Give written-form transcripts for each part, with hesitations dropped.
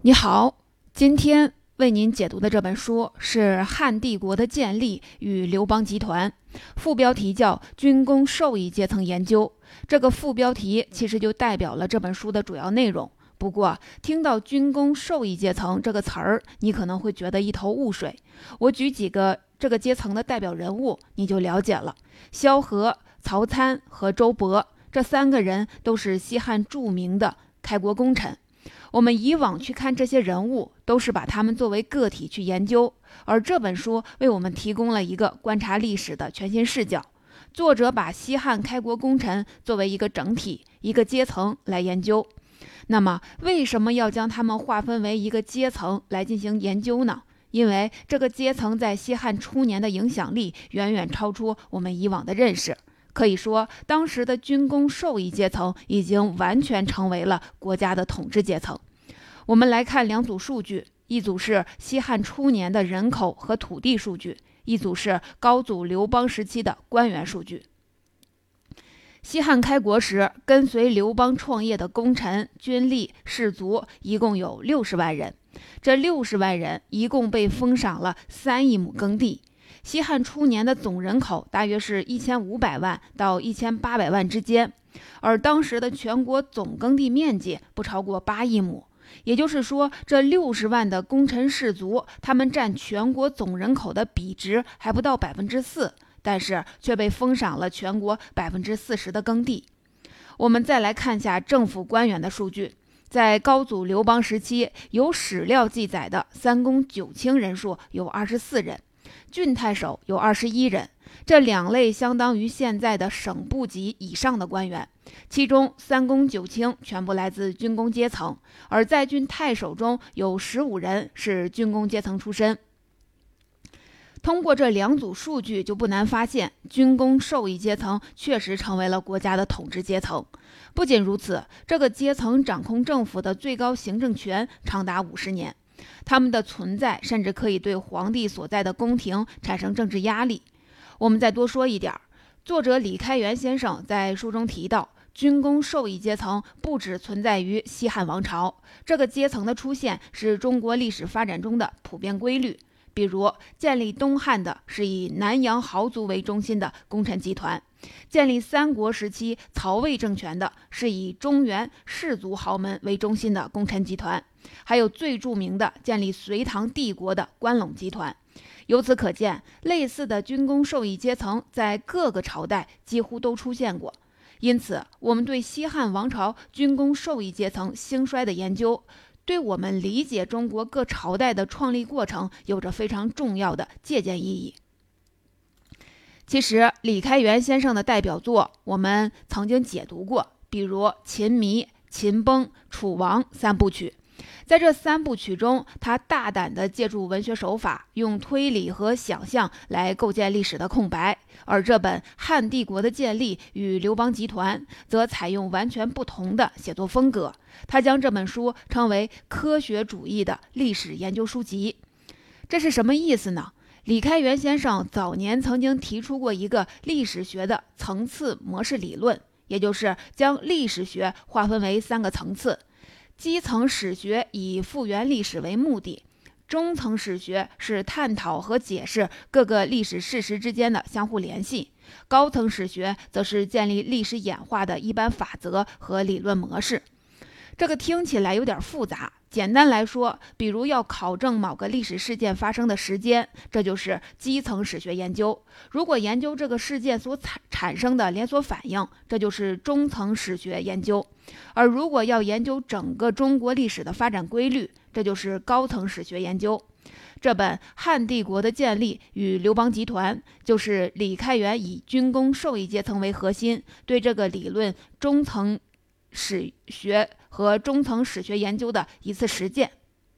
你好，今天为您解读的这本书是《汉帝国的建立与刘邦集团》，副标题叫《军工授意阶层研究》。这个副标题其实就代表了这本书的主要内容。不过，听到军工授意阶层这个词儿，你可能会觉得一头雾水。我举几个这个阶层的代表人物，你就了解了。萧何、曹参和周勃这三个人都是西汉著名的开国功臣。我们以往去看这些人物，都是把他们作为个体去研究，而这本书为我们提供了一个观察历史的全新视角。作者把西汉开国功臣作为一个整体、一个阶层来研究。那么，为什么要将他们划分为一个阶层来进行研究呢？因为这个阶层在西汉初年的影响力远远超出我们以往的认识。可以说，当时的军工授意阶层已经完全成为了国家的统治阶层。我们来看两组数据，一组是西汉初年的人口和土地数据，一组是高祖刘邦时期的官员数据。西汉开国时，跟随刘邦创业的功臣、军吏、士族一共有60万人，这60万人一共被封赏了3亿亩耕地。西汉初年的总人口大约是1500万到1800万之间，而当时的全国总耕地面积不超过8亿亩。也就是说，这60万的功臣士族，他们占全国总人口的比值还不到4%，但是却被封赏了全国40%的耕地。我们再来看下政府官员的数据。在高祖刘邦时期，有史料记载的三公九卿人数有24人，郡太守有21人，这两类相当于现在的省部级以上的官员。其中三公九卿全部来自军工阶层，而在郡太守中有15人是军工阶层出身。通过这两组数据，就不难发现，军工授意阶层确实成为了国家的统治阶层。不仅如此，这个阶层掌控政府的最高行政权长达50年，他们的存在甚至可以对皇帝所在的宫廷产生政治压力。我们再多说一点，作者李开元先生在书中提到，军工授意阶层不只存在于西汉王朝，这个阶层的出现是中国历史发展中的普遍规律。比如，建立东汉的是以南阳豪族为中心的功臣集团，建立三国时期曹魏政权的是以中原士族豪门为中心的功臣集团，还有最著名的建立隋唐帝国的关陇集团。由此可见，类似的军工授意阶层在各个朝代几乎都出现过。因此，我们对西汉王朝军工授意阶层兴衰的研究，对我们理解中国各朝代的创立过程有着非常重要的借鉴意义。其实，李开元先生的代表作我们曾经解读过，比如《秦迷》《秦崩》《楚王》三部曲。在这三部曲中，他大胆地借助文学手法，用推理和想象来构建历史的空白，而这本《汉帝国的建立与刘邦集团》则采用完全不同的写作风格。他将这本书称为科学主义的历史研究书籍。这是什么意思呢？李开元先生早年曾经提出过一个历史学的层次模式理论，也就是将历史学划分为3个层次。基层史学以复原历史为目的，中层史学是探讨和解释各个历史事实之间的相互联系，高层史学则是建立历史演化的一般法则和理论模式。这个听起来有点复杂，简单来说，比如要考证某个历史事件发生的时间，这就是基层史学研究；如果研究这个事件所产生的连锁反应，这就是中层史学研究；而如果要研究整个中国历史的发展规律，这就是高层史学研究。这本《汉帝国的建立与刘邦集团》就是李开元以军工授意阶层为核心，对这个理论中层史学和中层史学研究的一次实践。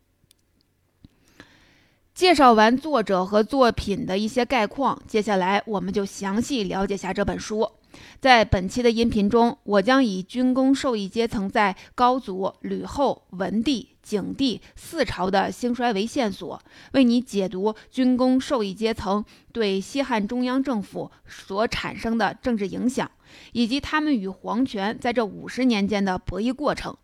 介绍完作者和作品的一些概况，接下来我们就详细了解下这本书。在本期的音频中，我将以军工授意阶层在高祖、吕后、文帝、景帝4朝的兴衰为线索，为你解读军工授意阶层对西汉中央政府所产生的政治影响，以及他们与皇权在这50年间的博弈过程。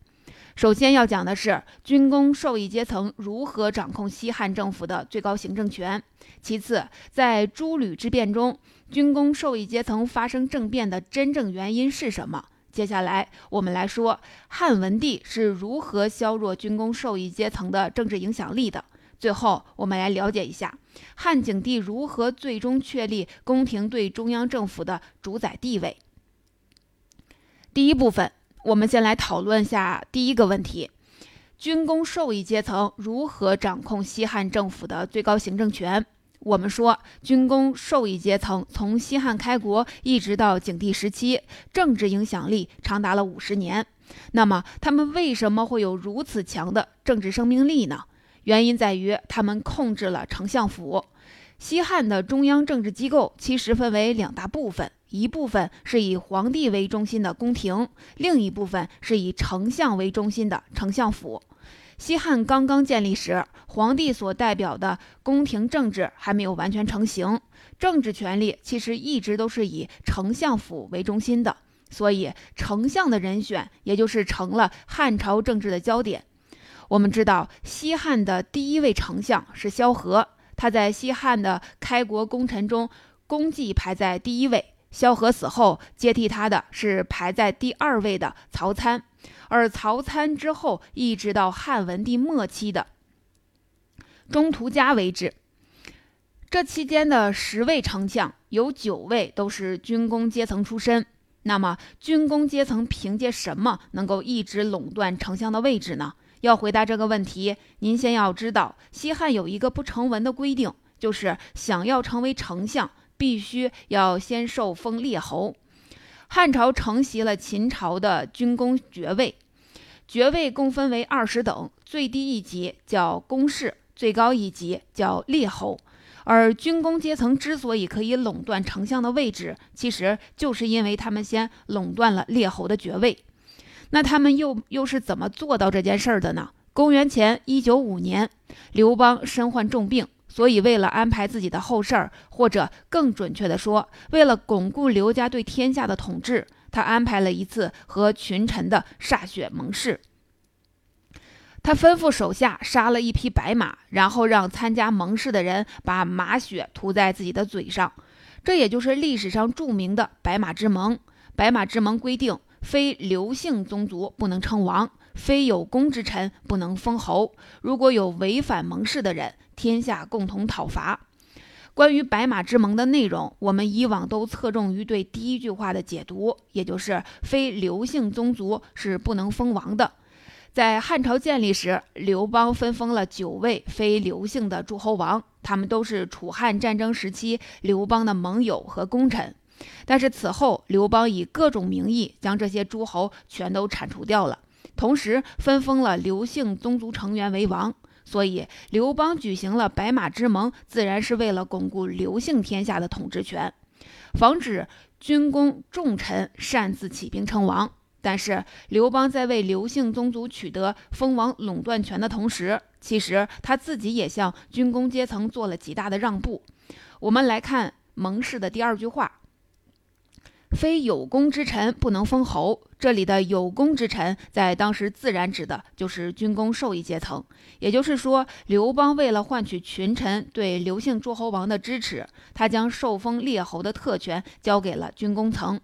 首先要讲的是军工授意阶层如何掌控西汉政府的最高行政权。其次，在诸吕之变中，军工授意阶层发生政变的真正原因是什么？接下来我们来说汉文帝是如何削弱军工授意阶层的政治影响力的。最后我们来了解一下汉景帝如何最终确立宫廷对中央政府的主宰地位。第一部分，我们先来讨论下第一个问题：军工授意阶层如何掌控西汉政府的最高行政权？我们说，军工授意阶层从西汉开国一直到景帝时期，政治影响力长达了50年。那么，他们为什么会有如此强的政治生命力呢？原因在于他们控制了丞相府。西汉的中央政治机构其实分为2大部分，一部分是以皇帝为中心的宫廷，另一部分是以丞相为中心的丞相府。西汉刚刚建立时，皇帝所代表的宫廷政治还没有完全成型，政治权力其实一直都是以丞相府为中心的，所以丞相的人选也就是成了汉朝政治的焦点。我们知道西汉的第一位丞相是萧何，他在西汉的开国功臣中功绩排在第1位。萧何死后，接替他的是排在第2位的曹参，而曹参之后一直到汉文帝末期的中途家为止。这期间的10位丞相有9位都是军工阶层出身。那么军工阶层凭借什么能够一直垄断丞相的位置呢？要回答这个问题，您先要知道西汉有一个不成文的规定，就是想要成为丞相必须要先受封列侯。汉朝承袭了秦朝的军功爵位，爵位共分为20等，最低一级叫公士，最高一级叫列侯。而军工阶层之所以可以垄断丞相的位置，其实就是因为他们先垄断了列侯的爵位。那他们又是怎么做到这件事儿的呢？公元前195年，刘邦身患重病，所以为了安排自己的后事儿，或者更准确地说，为了巩固刘家对天下的统治，他安排了一次和群臣的歃血盟誓。他吩咐手下杀了一匹白马，然后让参加盟誓的人把马血涂在自己的嘴上，这也就是历史上著名的白马之盟。白马之盟规定，非刘姓宗族不能称王，非有功之臣不能封侯，如果有违反盟誓的人，天下共同讨伐。关于白马之盟的内容，我们以往都侧重于对第一句话的解读，也就是非刘姓宗族是不能封王的。在汉朝建立时，刘邦分封了9位非刘姓的诸侯王，他们都是楚汉战争时期刘邦的盟友和功臣。但是此后，刘邦以各种名义将这些诸侯全都铲除掉了，同时分封了刘姓宗族成员为王。所以刘邦举行了白马之盟，自然是为了巩固刘姓天下的统治权，防止军功重臣擅自起兵称王。但是刘邦在为刘姓宗族取得封王垄断权的同时，其实他自己也向军工阶层做了极大的让步。我们来看盟誓的第2句话，非有功之臣不能封侯。这里的有功之臣在当时自然指的就是军功授意阶层，也就是说，刘邦为了换取群臣对刘姓诸侯王的支持，他将受封列侯的特权交给了军功层。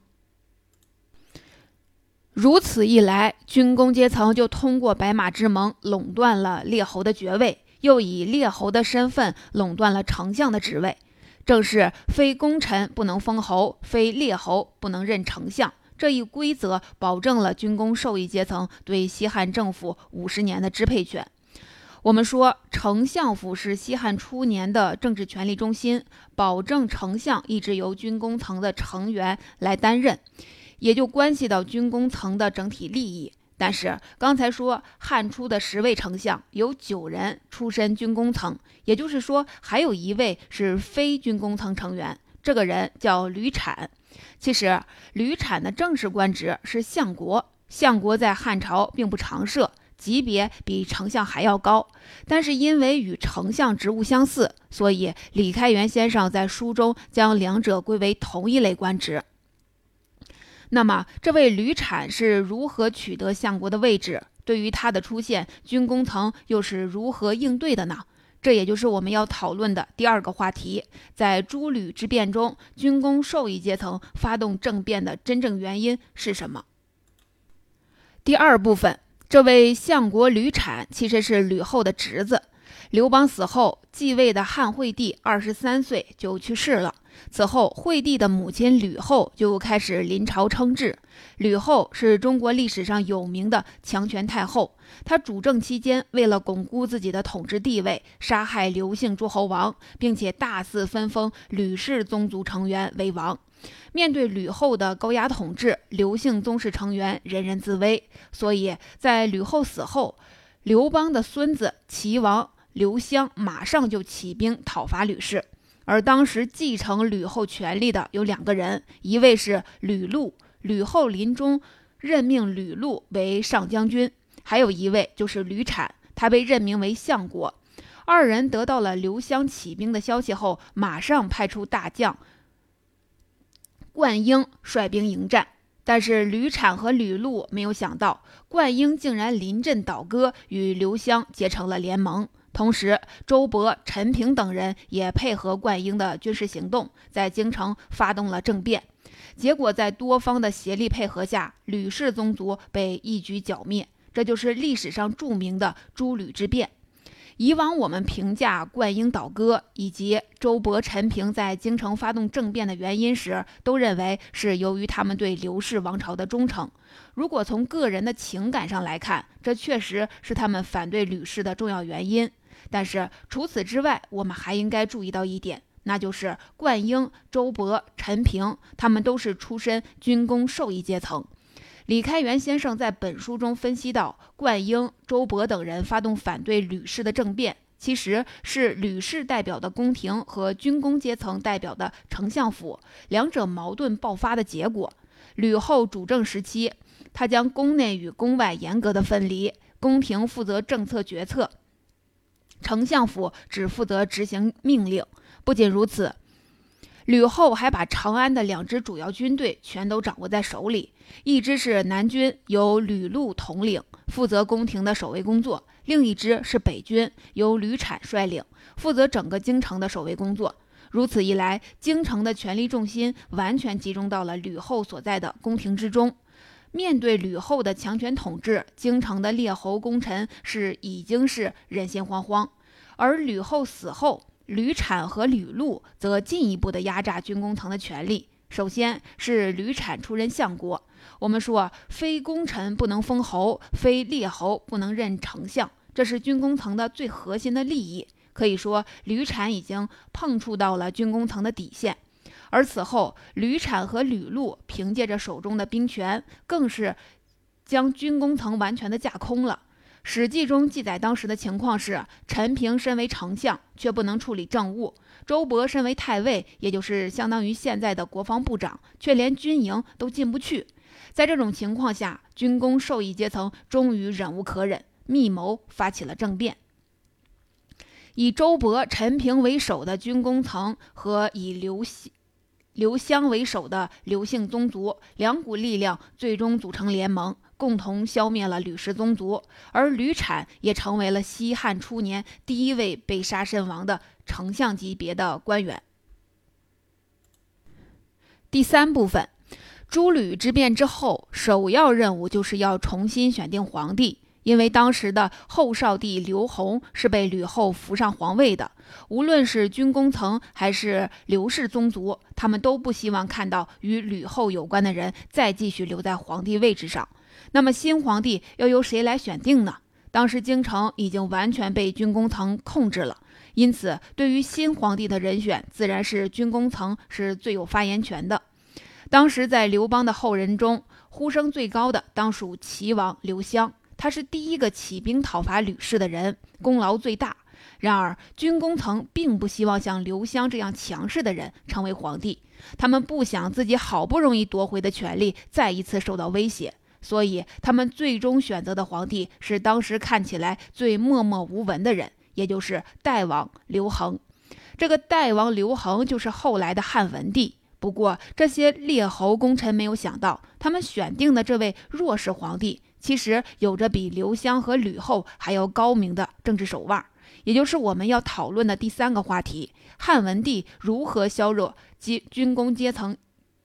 如此一来，军功阶层就通过白马之盟垄断了列侯的爵位，又以列侯的身份垄断了丞相的职位。正是非功臣不能封侯，非列侯不能任丞相，这一规则保证了军功授意阶层对西汉政府50年的支配权。我们说，丞相府是西汉初年的政治权力中心，保证丞相一直由军功层的成员来担任，也就关系到军功层的整体利益。但是刚才说汉初的10位丞相有9人出身军功层，也就是说还有1位是非军功层成员，这个人叫吕产。其实吕产的正式官职是相国，相国在汉朝并不常设，级别比丞相还要高，但是因为与丞相职务相似，所以李开元先生在书中将2者归为同一类官职。那么这位吕产是如何取得相国的位置？ 对于他的出现，军工层又是如何应对的呢？这也就是我们要讨论的第二个话题，在诸吕之变中，军工授意阶层发动政变的真正原因是什么？第二部分，这位相国吕产其实是吕后的侄子。刘邦死后，继位的汉惠帝23岁就去世了。此后，惠帝的母亲吕后就开始临朝称制。吕后是中国历史上有名的强权太后，她主政期间，为了巩固自己的统治地位，杀害刘姓诸侯王，并且大肆分封吕氏宗族成员为王。面对吕后的高压统治，刘姓宗室成员人人自危，所以在吕后死后，刘邦的孙子齐王刘襄马上就起兵讨伐吕氏。而当时继承吕后权力的有2个人，一位是吕禄，吕后临终任命吕禄为上将军；还有一位就是吕产，他被任命为相国。2人得到了刘襄起兵的消息后，马上派出大将灌婴率兵迎战。但是吕产和吕禄没有想到，灌婴竟然临阵倒戈，与刘襄结成了联盟。同时，周勃、陈平等人也配合灌婴的军事行动，在京城发动了政变。结果在多方的协力配合下，吕氏宗族被一举剿灭。这就是历史上著名的诸吕之变。以往我们评价灌婴倒戈以及周勃、陈平在京城发动政变的原因时，都认为是由于他们对刘氏王朝的忠诚。如果从个人的情感上来看，这确实是他们反对吕氏的重要原因。但是除此之外，我们还应该注意到一点，那就是灌婴、周勃、陈平他们都是出身军工授意阶层。李开元先生在本书中分析到，灌婴、周勃等人发动反对吕氏的政变，其实是吕氏代表的宫廷和军工阶层代表的丞相府两者矛盾爆发的结果。吕后主政时期，他将宫内与宫外严格的分离，宫廷负责政策决策，丞相府只负责执行命令。不仅如此，吕后还把长安的2支主要军队全都掌握在手里，一支是南军，由吕禄统领，负责宫廷的守卫工作；另一支是北军，由吕产率领，负责整个京城的守卫工作。如此一来，京城的权力重心完全集中到了吕后所在的宫廷之中。面对吕后的强权统治，京城的列侯功臣已经是人心惶惶。而吕后死后，吕产和吕禄则进一步的压榨军工层的权力。首先是吕产出任相国，我们说非功臣不能封侯，非列侯不能任丞相，这是军工层的最核心的利益。可以说吕产已经碰触到了军工层的底线。而此后，吕产和吕禄凭借着手中的兵权，更是将军工层完全的架空了。史记中记载当时的情况是，陈平身为丞相，却不能处理政务；周勃身为太尉，也就是相当于现在的国防部长，却连军营都进不去。在这种情况下，军工授意阶层终于忍无可忍，密谋发起了政变。以周勃、陈平为首的军工层和以刘襄为首的刘姓宗族2股力量最终组成联盟，共同消灭了吕氏宗族，而吕产也成为了西汉初年第一位被杀身亡的丞相级别的官员。第3部分，诸吕之变之后，首要任务就是要重新选定皇帝。因为当时的后少帝刘弘是被吕后扶上皇位的，无论是军工层还是刘氏宗族，他们都不希望看到与吕后有关的人再继续留在皇帝位置上。那么新皇帝要由谁来选定呢？当时京城已经完全被军工层控制了，因此对于新皇帝的人选，自然是军工层是最有发言权的。当时在刘邦的后人中，呼声最高的当属齐王刘襄，他是第一个起兵讨伐吕氏的人，功劳最大。然而军工层并不希望像刘襄这样强势的人成为皇帝，他们不想自己好不容易夺回的权力再一次受到威胁，所以他们最终选择的皇帝是当时看起来最默默无闻的人，也就是代王刘恒。这个代王刘恒就是后来的汉文帝。不过这些列侯功臣没有想到，他们选定的这位弱势皇帝其实有着比刘襄和吕后还要高明的政治手腕，也就是我们要讨论的第3个话题：汉文帝如何削弱军工阶层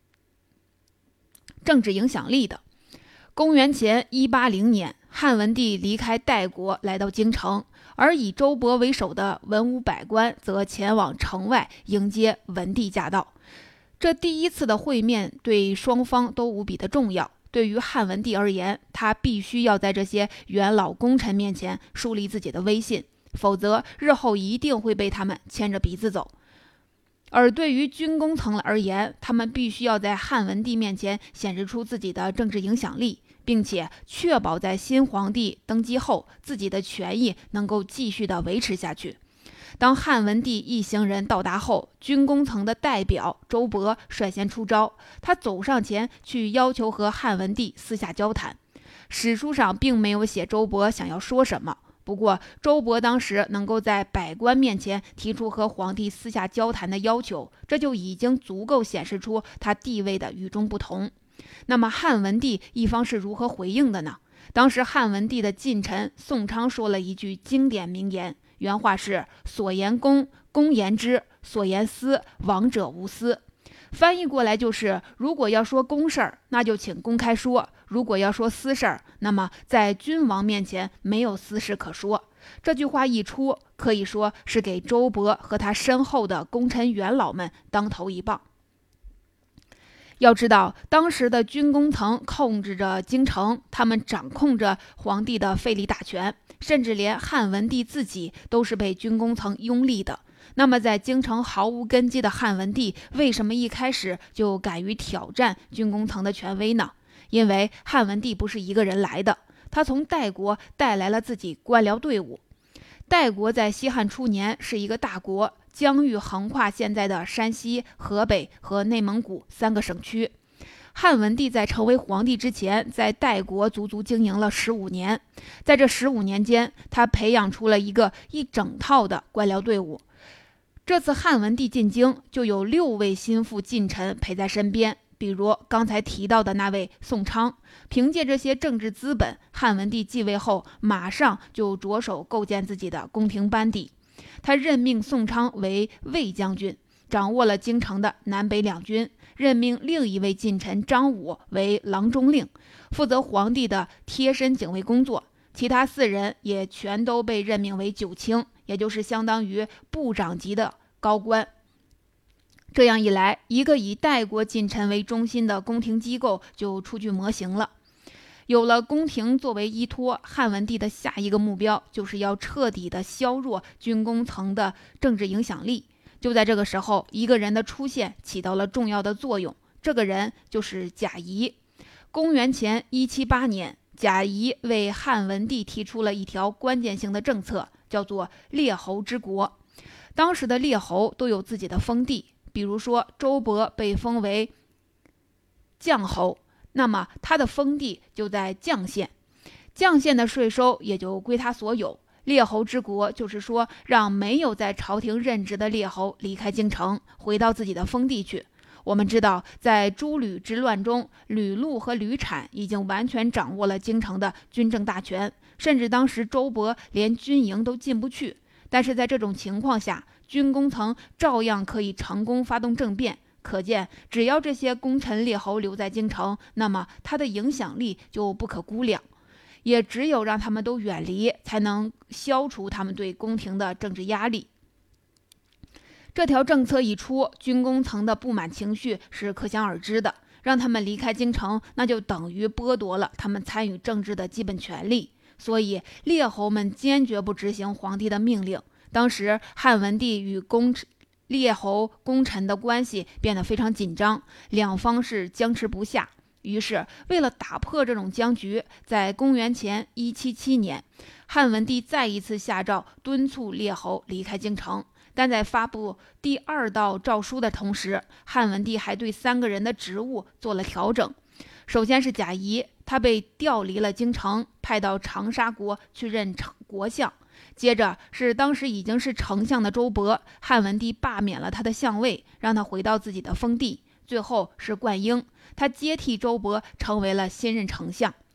政治影响力的。公元前180年，汉文帝离开代国来到京城，而以周勃为首的文武百官则前往城外迎接文帝驾到。这第一次的会面对双方都无比的重要。对于汉文帝而言，他必须要在这些元老功臣面前树立自己的威信，否则日后一定会被他们牵着鼻子走。而对于军功层而言，他们必须要在汉文帝面前显示出自己的政治影响力，并且确保在新皇帝登基后，自己的权益能够继续的维持下去。当汉文帝一行人到达后，军功层的代表周勃率先出招，他走上前去要求和汉文帝私下交谈。史书上并没有写周勃想要说什么，不过周勃当时能够在百官面前提出和皇帝私下交谈的要求，这就已经足够显示出他地位的与众不同。那么汉文帝一方是如何回应的呢？当时汉文帝的近臣宋昌说了一句经典名言，原话是所言公，公言之；所言私，亡者无私。翻译过来就是，如果要说公事儿，那就请公开说；如果要说私事儿，那么在君王面前没有私事可说。这句话一出，可以说是给周勃和他身后的功臣元老们当头一棒。要知道，当时的军功层控制着京城，他们掌控着皇帝的废立大权，甚至连汉文帝自己都是被军功层拥立的。那么在京城毫无根基的汉文帝，为什么一开始就敢于挑战军功层的权威呢？因为汉文帝不是一个人来的，他从代国带来了自己官僚队伍。代国在西汉初年是一个大国，疆域横跨现在的山西、河北和内蒙古3个省区。汉文帝在成为皇帝之前，在代国足足经营了15年。在这15年间，他培养出了一整套的官僚队伍。这次汉文帝进京，就有6位心腹近臣陪在身边，比如刚才提到的那位宋昌。凭借这些政治资本，汉文帝继位后马上就着手构建自己的宫廷班底。他任命宋昌为卫将军，掌握了京城的南北两军，任命另一位近臣张武为郎中令，负责皇帝的贴身警卫工作。其他4人也全都被任命为九卿，也就是相当于部长级的高官。这样一来，一个以代国近臣为中心的宫廷机构就初具模型了。有了宫廷作为依托，汉文帝的下一个目标就是要彻底的削弱军功层的政治影响力。就在这个时候，一个人的出现起到了重要的作用，这个人就是贾谊。公元前178年，贾谊为汉文帝提出了一条关键性的政策，叫做列侯之国。当时的列侯都有自己的封地，比如说周勃被封为绛侯，那么他的封地就在绛县，绛县的税收也就归他所有。列侯之国就是说，让没有在朝廷任职的列侯离开京城，回到自己的封地去。我们知道，在诸吕之乱中，吕禄和吕产已经完全掌握了京城的军政大权，甚至当时周勃连军营都进不去。但是在这种情况下，军功层照样可以成功发动政变。可见，只要这些功臣列侯留在京城，那么他的影响力就不可估量。也只有让他们都远离，才能消除他们对宫廷的政治压力。这条政策一出，军功层的不满情绪是可想而知的。让他们离开京城，那就等于剥夺了他们参与政治的基本权利。所以列侯们坚决不执行皇帝的命令。当时汉文帝与列侯功臣的关系变得非常紧张，两方是僵持不下。于是为了打破这种僵局，在公元前177年，汉文帝再一次下诏敦促列侯离开京城。但在发布第2道诏书的同时，汉文帝还对3个人的职务做了调整。首先是贾谊，他被调离了京城，派到长沙国去任国相。接着是当时已经是丞相的周勃，汉文帝罢免了他的相位，让他回到自己的封地。最后是灌婴，他接替周勃成为了新任丞相。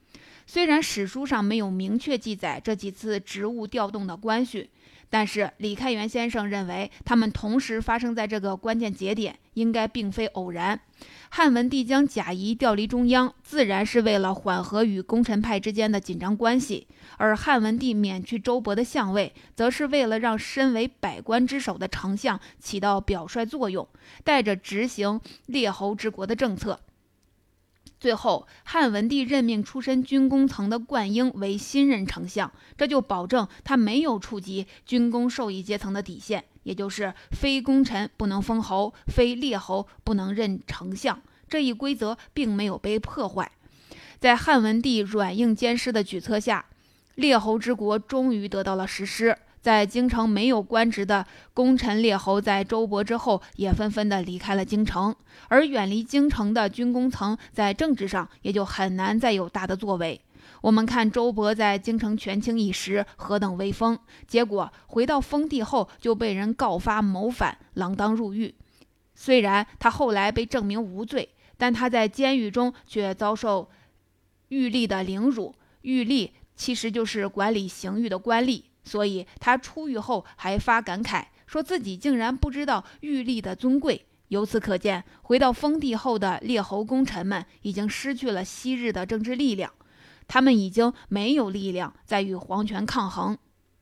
虽然史书上没有明确记载这几次职务调动的关系，但是李开元先生认为他们同时发生在这个关键节点，应该并非偶然。汉文帝将贾谊调离中央，自然是为了缓和与功臣派之间的紧张关系，而汉文帝免去周勃的相位，则是为了让身为百官之首的丞相起到表率作用，带着执行列侯治国的政策。最后，汉文帝任命出身军功层的灌婴为新任丞相，这就保证他没有触及军功授意阶层的底线，也就是非功臣不能封侯，非列侯不能任丞相。这一规则并没有被破坏。在汉文帝软硬兼施的举措下，列侯之国终于得到了实施。在京城没有官职的功臣列侯，在周勃之后也纷纷的离开了京城，而远离京城的军功层在政治上也就很难再有大的作为。我们看周勃在京城权倾一时，何等威风，结果回到封地后就被人告发谋反，锒铛入狱。虽然他后来被证明无罪，但他在监狱中却遭受狱吏的凌辱。狱吏其实就是管理刑狱的官吏，所以他出狱后还发感慨，说自己竟然不知道狱吏的尊贵。由此可见，回到封地后的列侯功臣们已经失去了昔日的政治力量，他们已经没有力量再与皇权抗衡。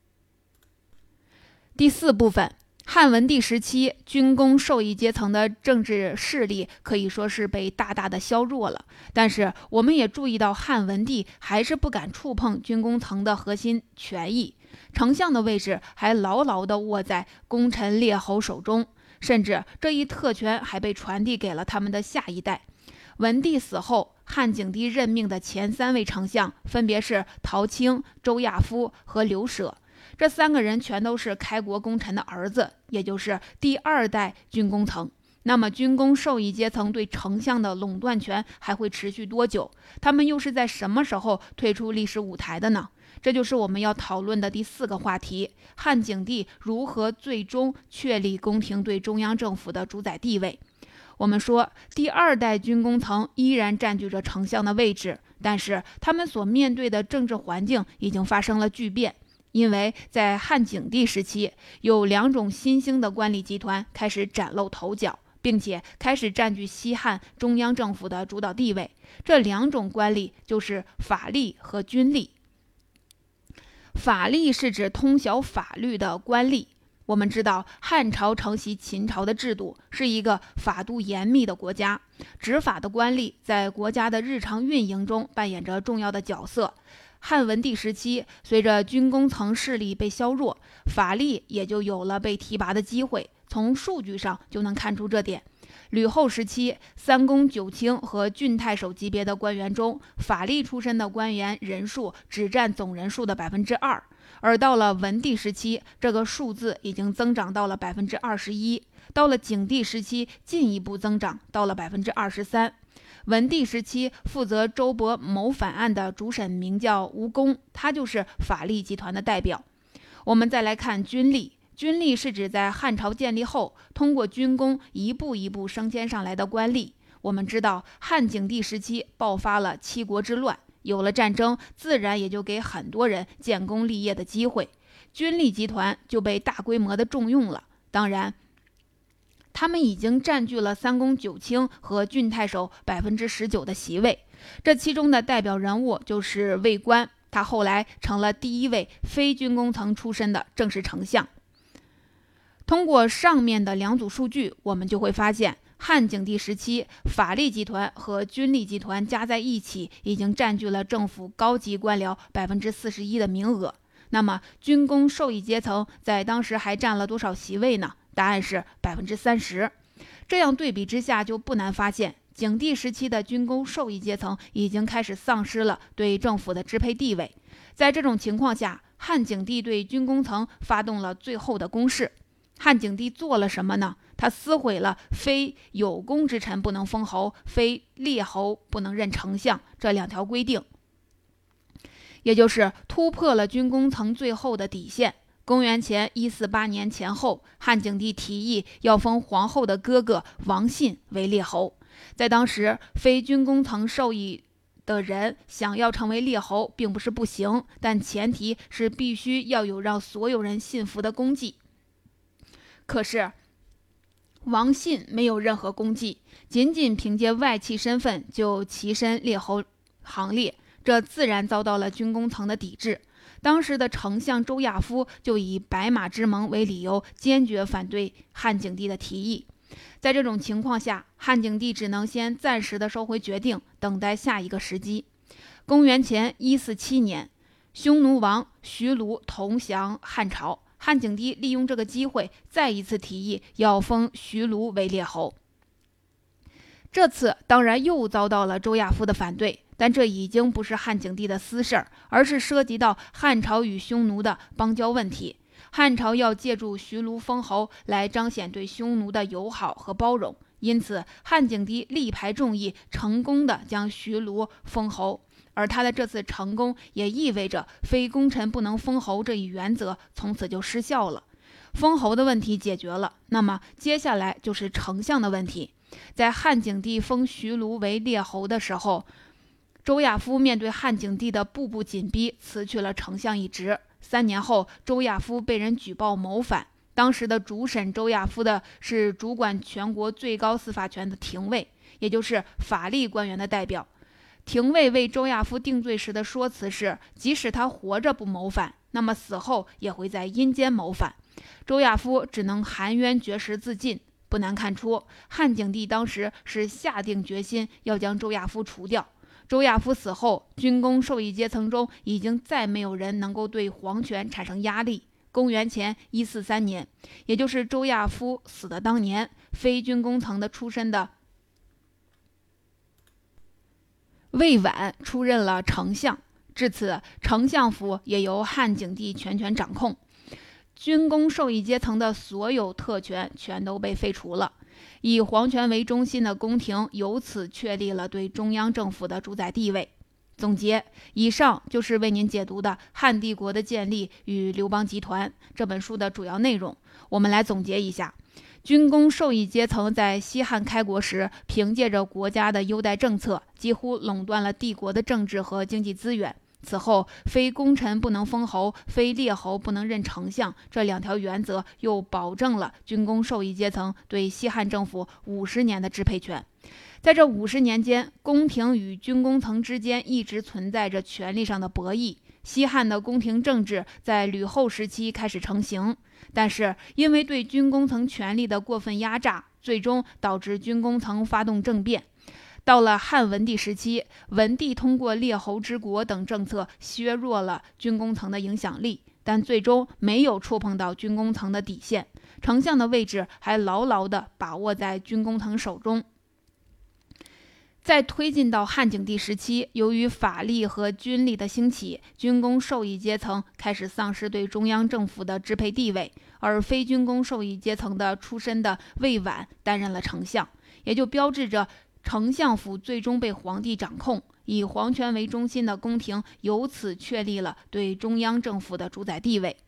第四部分，汉文帝时期军功授意阶层的政治势力可以说是被大大的削弱了，但是我们也注意到汉文帝还是不敢触碰军功层的核心权益，丞相的位置还牢牢地握在功臣列侯手中，甚至这一特权还被传递给了他们的下一代。文帝死后，汉景帝任命的前3位丞相分别是陶青、周亚夫和刘舍。这3个人全都是开国功臣的儿子，也就是第2代军功层。那么军功授意阶层对丞相的垄断权还会持续多久？他们又是在什么时候退出历史舞台的呢？这就是我们要讨论的第4个话题：汉景帝如何最终确立宫廷对中央政府的主宰地位。我们说，第2代军功层依然占据着丞相的位置，但是他们所面对的政治环境已经发生了巨变。因为在汉景帝时期，有2种新兴的官吏集团开始崭露头角，并且开始占据西汉中央政府的主导地位。这2种官吏就是法吏和军吏。法吏是指通晓法律的官吏。我们知道，汉朝承袭秦朝的制度，是一个法度严密的国家，执法的官吏在国家的日常运营中扮演着重要的角色。汉文帝时期，随着军功层势力被削弱，法吏也就有了被提拔的机会，从数据上就能看出这点。吕后时期，3公9卿和郡太守级别的官员中，法吏出身的官员人数只占总人数的2%，而到了文帝时期，这个数字已经增长到了21%，到了景帝时期进一步增长到了23%。文帝时期负责周勃谋反案的主审名叫吴公，他就是法吏集团的代表。我们再来看军吏。军吏是指在汉朝建立后，通过军功一步一步升迁上来的官吏。我们知道，汉景帝时期爆发了七国之乱，有了战争，自然也就给很多人建功立业的机会，军吏集团就被大规模的重用了。当然，他们已经占据了3公9卿和郡太守19%的席位。这其中的代表人物就是魏官，他后来成了第1位非军功层出身的正式丞相。通过上面的2组数据，我们就会发现，汉景帝时期，法吏集团和军吏集团加在一起，已经占据了政府高级官僚41%的名额。那么，军功授意阶层在当时还占了多少席位呢？答案是30%。这样对比之下，就不难发现，景帝时期的军功授意阶层已经开始丧失了对政府的支配地位。在这种情况下，汉景帝对军功层发动了最后的攻势。汉景帝做了什么呢？他撕毁了非有功之臣不能封侯，非列侯不能任丞相这2条规定，也就是突破了军功层最后的底线。公元前148年前后，汉景帝提议要封皇后的哥哥王信为列侯。在当时，非军功层授意的人想要成为列侯并不是不行，但前提是必须要有让所有人信服的功绩。可是王信没有任何功绩，仅仅凭借外戚身份就跻身列侯行列，这自然遭到了军功层的抵制。当时的丞相周亚夫就以白马之盟为理由，坚决反对汉景帝的提议。在这种情况下，汉景帝只能先暂时的收回决定，等待下一个时机。公元前147年，匈奴王徐卢投降汉朝，汉景帝利用这个机会，再一次提议要封徐卢为列侯。这次当然又遭到了周亚夫的反对，但这已经不是汉景帝的私事儿，而是涉及到汉朝与匈奴的邦交问题。汉朝要借助徐卢封侯来彰显对匈奴的友好和包容，因此汉景帝力排众议，成功的将徐卢封侯。而他的这次成功也意味着非功臣不能封侯这一原则从此就失效了。封侯的问题解决了，那么接下来就是丞相的问题。在汉景帝封徐卢为列侯的时候，周亚夫面对汉景帝的步步紧逼，辞去了丞相一职。3年后，周亚夫被人举报谋反，当时的主审周亚夫的是主管全国最高司法权的廷尉，也就是法力官员的代表。廷尉为周亚夫定罪时的说辞是，即使他活着不谋反，那么死后也会在阴间谋反。周亚夫只能含冤绝食自尽。不难看出，汉景帝当时是下定决心要将周亚夫除掉。周亚夫死后，军功授意阶层中已经再没有人能够对皇权产生压力。公元前143年，也就是周亚夫死的当年，非军功层的出身的魏婉出任了丞相，至此丞相府也由汉景帝全权掌控。军功授意阶层的所有特权全都被废除了，以皇权为中心的宫廷由此确立了对中央政府的主宰地位。总结，以上就是为您解读的《汉帝国的建立与刘邦集团》这本书的主要内容。我们来总结一下，军功授意阶层在西汉开国时，凭借着国家的优待政策，几乎垄断了帝国的政治和经济资源。此后，非功臣不能封侯，非列侯不能任丞相，这2条原则又保证了军功授意阶层对西汉政府50年的支配权。在这50年间，宫廷与军功层之间一直存在着权力上的博弈。西汉的宫廷政治在吕后时期开始成型，但是因为对军功层权力的过分压榨，最终导致军功层发动政变。到了汉文帝时期，文帝通过列侯之国等政策削弱了军功层的影响力，但最终没有触碰到军功层的底线，丞相的位置还牢牢地把握在军功层手中。再推进到汉景帝时期，由于法力和军力的兴起，军功授意阶层开始丧失对中央政府的支配地位，而非军功授意阶层的出身的魏婉担任了丞相，也就标志着丞相府最终被皇帝掌控，以皇权为中心的宫廷由此确立了对中央政府的主宰地位。